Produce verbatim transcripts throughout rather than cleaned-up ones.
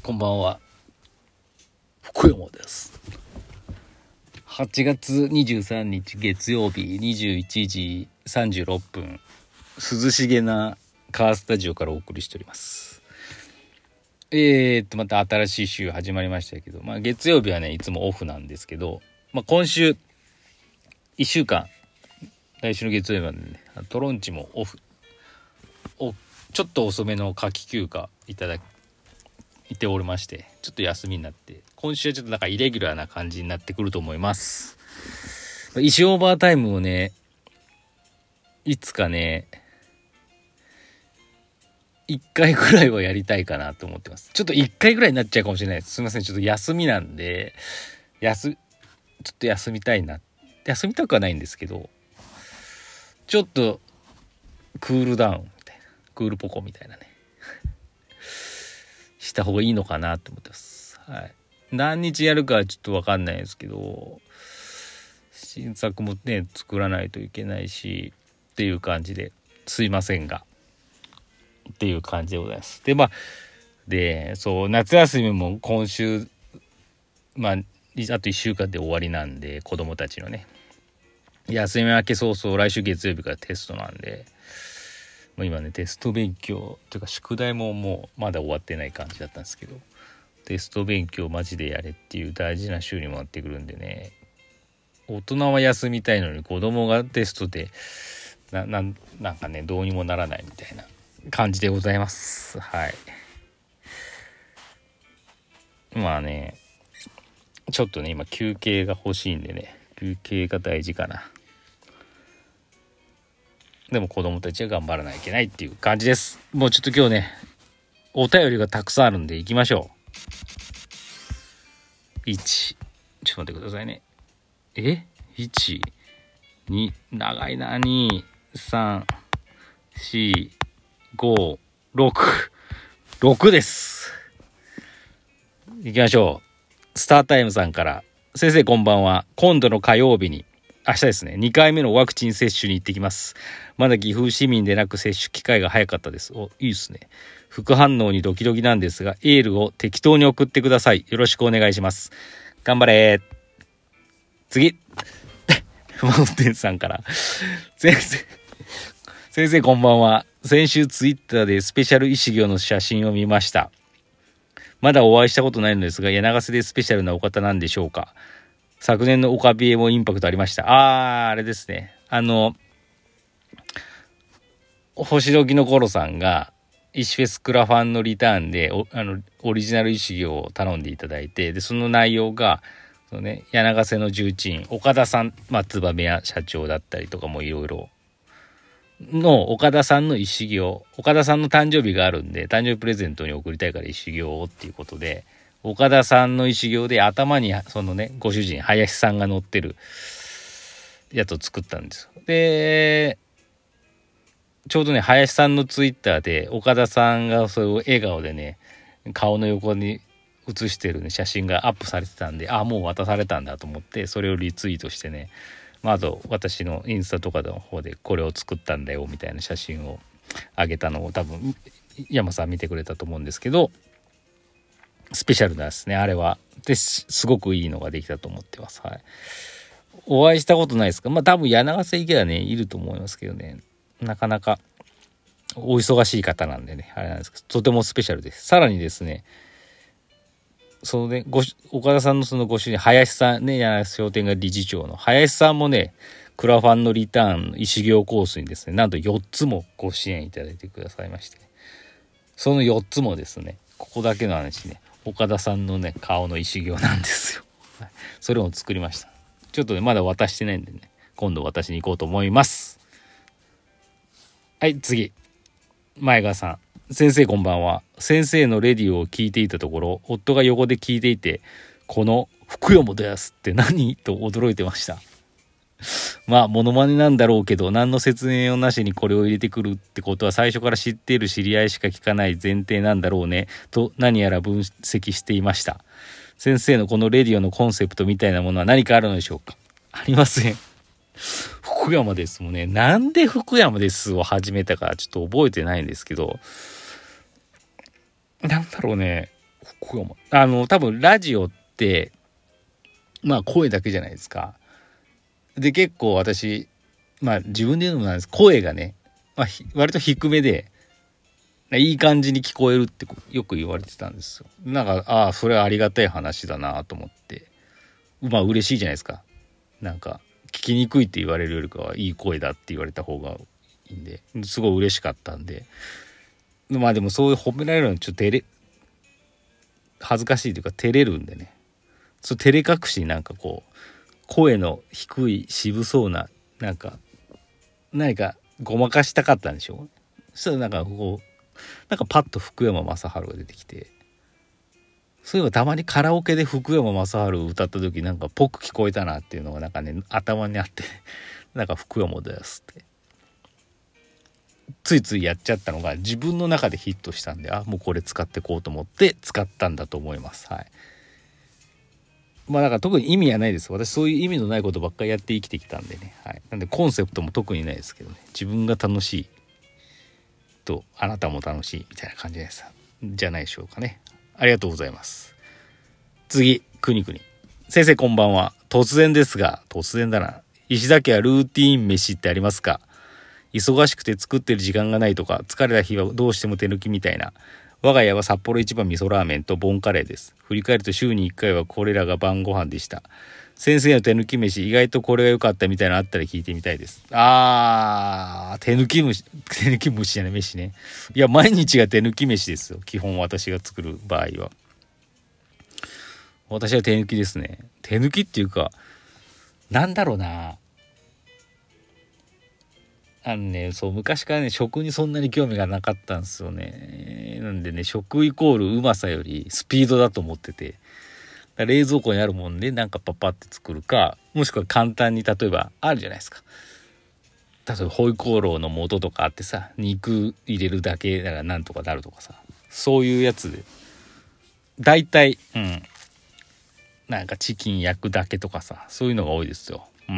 こんばんは、福山です。はちがつにじゅうさんにち月曜日にじゅういちじさんじゅうろっぷん、涼しげなカースタジオからお送りしております。えーっとまた新しい週始まりましたけど、まあ月曜日はねいつもオフなんですけど、まあ今週いっしゅうかん、来週の月曜日までねトロンチもオフおちょっと遅めの夏季休暇いただきいておりまして、ちょっと休みになって、今週はちょっとなんかイレギュラーな感じになってくると思います。石オーバータイムをね、いつかねいっかいぐらいはやりたいかなと思ってます。ちょっといっかいぐらいになっちゃうかもしれないです。すいません、ちょっと休みなんで休ちょっと休みたいな、休みたくはないんですけど、ちょっとクールダウンみたいな、クールポコみたいなねした方がいいのかなと思ってます。はい。何日やるかはちょっと分かんないですけど、新作もね作らないといけないしっていう感じで、すいませんがっていう感じでございます。でまあでそう夏休みも今週まああといっしゅうかんで終わりなんで、子供たちのね休み明け早々来週月曜日からテストなんで、もう今ねテスト勉強というか宿題ももうまだ終わってない感じだったんですけど、テスト勉強マジでやれっていう大事な週にもなってくるんでね、大人は休みたいのに子供がテストで な, な, なんかねどうにもならないみたいな感じでございます。はい。まあねちょっとね今休憩が欲しいんでね、休憩が大事かな。でも子供たちは頑張らないといけないっていう感じです。もうちょっと今日ねお便りがたくさんあるんで行きましょう。いちちょっと待ってくださいね。えいちに長いな、にさんしごろくろくです。行きましょう。スタータイムさんから、先生こんばんは、今度の火曜日に明日ですねにかいめのワクチン接種に行ってきます。まだ岐阜市民でなく接種機会が早かったです。おいいですね。副反応にドキドキなんですが、エールを適当に送ってください。よろしくお願いします。頑張れ。次マウンテンさんから、先生先生こんばんは、先週ツイッターでスペシャル石行の写真を見ました。まだお会いしたことないのですが、柳瀬でスペシャルなお方なんでしょうか。昨年のオカビエもインパクトありました。あーあれですね、あの星時の頃さんが石フェスクラファンのリターンで お, あのオリジナル石行を頼んでいただいて、でその内容がその、ね、柳瀬の重鎮岡田さん、松葉屋社長だったりとかもいろいろの岡田さんの石行、岡田さんの誕生日があるんで誕生日プレゼントに送りたいから石行をっていうことで、岡田さんの石行で頭にそのねご主人林さんが乗ってるやつを作ったんですよ。でちょうどね林さんのツイッターで岡田さんがそういう笑顔でね顔の横に写してる、ね、写真がアップされてたんで、あもう渡されたんだと思ってそれをリツイートしてね、まあ、あと私のインスタとかの方でこれを作ったんだよみたいな写真を上げたのを多分山さん見てくれたと思うんですけど、スペシャルなんですねあれは。ですごくいいのができたと思ってます。はい。お会いしたことないですか。まあ多分柳瀬池はねいると思いますけどね、なかなかお忙しい方なんでねあれなんですけど、とてもスペシャルです。さらにですねそのねご岡田さんのそのご主人林さんね、柳瀬商店街理事長の林さんもねクラファンのリターンの石行コースにですねなんとよっつもご支援いただいてくださいまして、ね、そのよっつもですねここだけの話ね岡田さんのね顔の石行なんですよ。それを作りました。ちょっとねまだ渡してないんでね今度渡しに行こうと思います。はい次前川さん、先生こんばんは。先生のレディオを聞いていたところ夫が横で聞いていて、この福山ですって何と驚いてました。まあモノマネなんだろうけど何の説明をなしにこれを入れてくるってことは最初から知っている知り合いしか聞かない前提なんだろうねと何やら分析していました。先生のこのレディオのコンセプトみたいなものは何かあるのでしょうか。ありません。福山ですもんね。なんで福山ですを始めたかちょっと覚えてないんですけど、なんだろうね、 福山。あの、多分ラジオって、まあ声だけじゃないですか。で、結構私、まあ自分で言うのもなんです。声がね、まあ、割と低めで、いい感じに聞こえるってよく言われてたんですよ。なんか、ああ、それはありがたい話だなと思って。まあ嬉しいじゃないですか。なんか、聞きにくいって言われるよりかはいい声だって言われた方がいいんで、すごい嬉しかったんで。まあでもそういう褒められるのはちょっと照れ、恥ずかしいというか照れるんでね。そう照れ隠しになんかこう、声の低い渋そうな、なんか、何かごまかしたかったんでしょう。そしたらなんかこう、なんかパッと福山雅治が出てきて、そういえばたまにカラオケで福山雅治を歌った時なんかぽく聞こえたなっていうのがなんかね頭にあってなんか福山ですってついついやっちゃったのが自分の中でヒットしたんで、あもうこれ使ってこうと思って使ったんだと思います。はい。まあだから特に意味はないです。私そういう意味のないことばっかりやって生きてきたんでね。はい。なんでコンセプトも特にないですけどね。自分が楽しいとあなたも楽しいみたいな感じですじゃないでしょうかね。ありがとうございます。次、くにくに。先生こんばんは。突然ですが、突然だな。石田家はルーティーン飯ってありますか？忙しくて作ってる時間がないとか、疲れた日はどうしても手抜きみたいな。我が家は札幌一番味噌ラーメンとボンカレーです。振り返ると週にいっかいはこれらが晩ご飯でした。先生の手抜き飯、意外とこれが良かったみたいなのあったら聞いてみたいです。あー、手抜き飯、手抜き飯じゃない飯ね。いや、毎日が手抜き飯ですよ。基本私が作る場合は。私は手抜きですね。手抜きっていうか、なんだろうな。あのね、そう、昔からね、食にそんなに興味がなかったんですよね。なんでね、食イコールうまさよりスピードだと思ってて。冷蔵庫にあるもんでなんかパパって作るか、もしくは簡単に例えばあるじゃないですか。例えばホイコーローの素とかあってさ、肉入れるだけだからなんとかなるとかさ、そういうやつで大体、うん、なんかチキン焼くだけとかさ、そういうのが多いですよ。うん、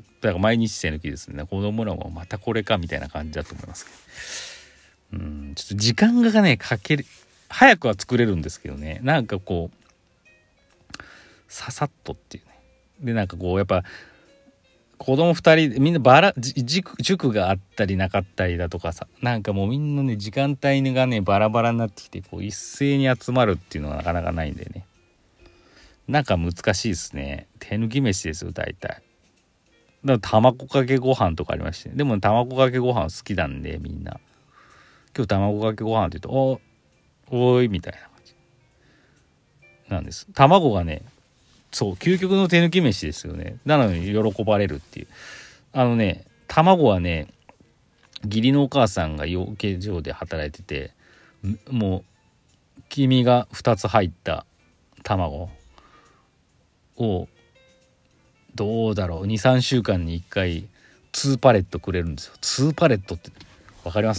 だから毎日手抜きですね。子供らもまたこれかみたいな感じだと思いますけど、うん、ちょっと時間がねかける、早くは作れるんですけどね、なんかこうささっとっていうね。でなんかこうやっぱ子供ふたりみんなバラ塾塾があったりなかったりだとかさ、なんかもうみんなね時間帯がねバラバラになってきて、こう一斉に集まるっていうのはなかなかないんでね、なんか難しいですね。手抜き飯ですよ大体。だから卵かけご飯とかありまして、ね、でも卵かけご飯好きなんでみんな今日卵かけご飯って言うとおおーいみたいな感じなんです。卵がね、そう究極の手抜き飯ですよね。なのに喜ばれるっていう。あのね、卵はね、義理のお母さんが養鶏場で働いてて、もう黄身がふたつ入った卵をどうだろう に,さん 週間にいっかいにパレットくれるんですよ。にパレットって分かります？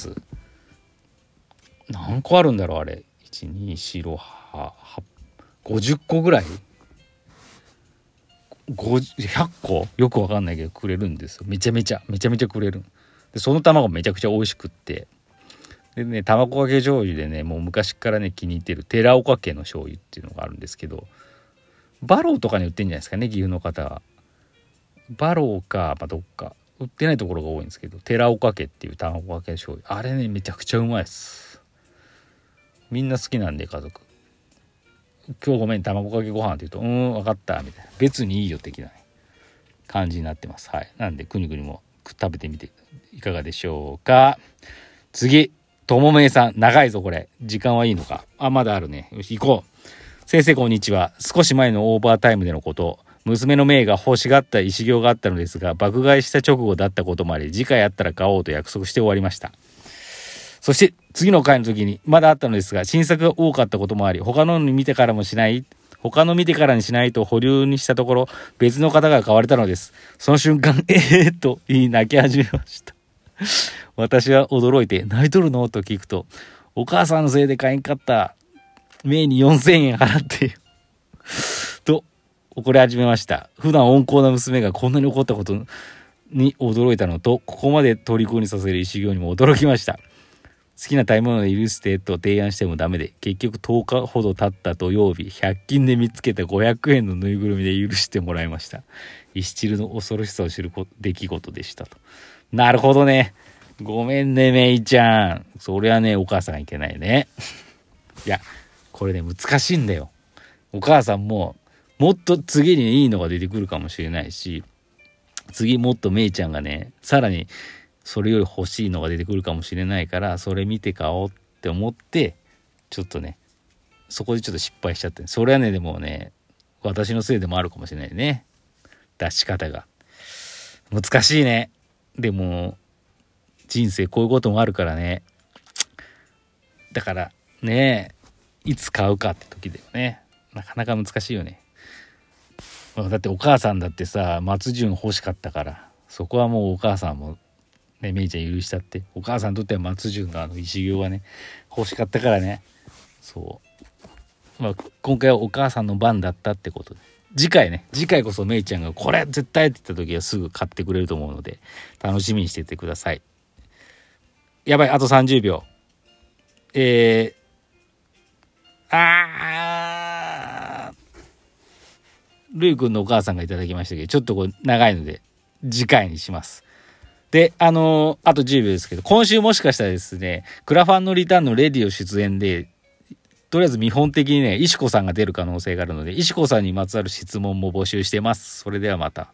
何個あるんだろうあれ。いち、に、よん、はち、ごじゅっこぐらい、ごじゅう、ひゃっこよくわかんないけどくれるんですよ。めちゃめちゃめちゃめちゃくれる。でその卵めちゃくちゃ美味しくって、でね卵かけ醤油でねもう昔からね気に入ってる寺岡家の醤油っていうのがあるんですけど、バローとかに売ってんじゃないですかね、岐阜の方は。バローか、まあ、どっか売ってないところが多いんですけど、寺岡家っていう卵かけ醤油、あれねめちゃくちゃうまいです。みんな好きなんで家族、今日ごめん卵かけご飯って言うと、うーん分かったみたいな、別にいいよ的な、ね、感じになってます。はい。なんでくにくにも食べてみていかがでしょうか。次、ともめいさん、長いぞこれ。時間はいいのか。あ、まだあるね。よし行こう。先生こんにちは。少し前のオーバータイムでのこと、娘のメイが欲しがった石行があったのですが、爆買いした直後だったこともあり、次回あったら買おうと約束して終わりました。そして次の回の時にまだあったのですが、新作が多かったこともあり、他のに見てからもしない他の見てからにしないと保留にしたところ、別の方が買われたのです。その瞬間えーっと言い泣き始めました。私は驚いて、泣いとるのと聞くと、お母さんのせいで買えんかった、メイによんせんえん払ってと怒り始めました。普段温厚な娘がこんなに怒ったことに驚いたのと、ここまで虜にさせる石行にも驚きました。 好きな食べ物で許してと提案してもダメで、結局とおかほど経った土曜日、ひゃく均で見つけたごひゃくえんのぬいぐるみで許してもらいました。石チルの恐ろしさを知る出来事でしたと。なるほどね。ごめんねめいちゃん。それはねお母さんがいけないね。いやこれね難しいんだよ。お母さんももっと次にいいのが出てくるかもしれないし、次もっとめいちゃんがねさらにそれより欲しいのが出てくるかもしれないから、それ見て買おうって思ってちょっとねそこでちょっと失敗しちゃって、それはねでもね私のせいでもあるかもしれないね。出し方が難しいね。でも人生こういうこともあるからね。だからねいつ買うかって時だよね。なかなか難しいよね。だってお母さんだってさ松潤欲しかったから、そこはもうお母さんもねめいちゃん許したって、お母さんにとっては松潤のあの石行はね欲しかったからね。そう、まあ、今回はお母さんの番だったってことで、次回ね次回こそめいちゃんがこれ絶対って言った時はすぐ買ってくれると思うので楽しみにしててください。やばいあとさんじゅうびょう。えー、あールイ君のお母さんがいただきましたけど、ちょっとこう長いので次回にします。であのー、あとじゅうびょうですけど、今週もしかしたらですねクラファンのリターンのレディオ出演でとりあえず見本的にね石子さんが出る可能性があるので、石子さんにまつわる質問も募集してます。それではまた。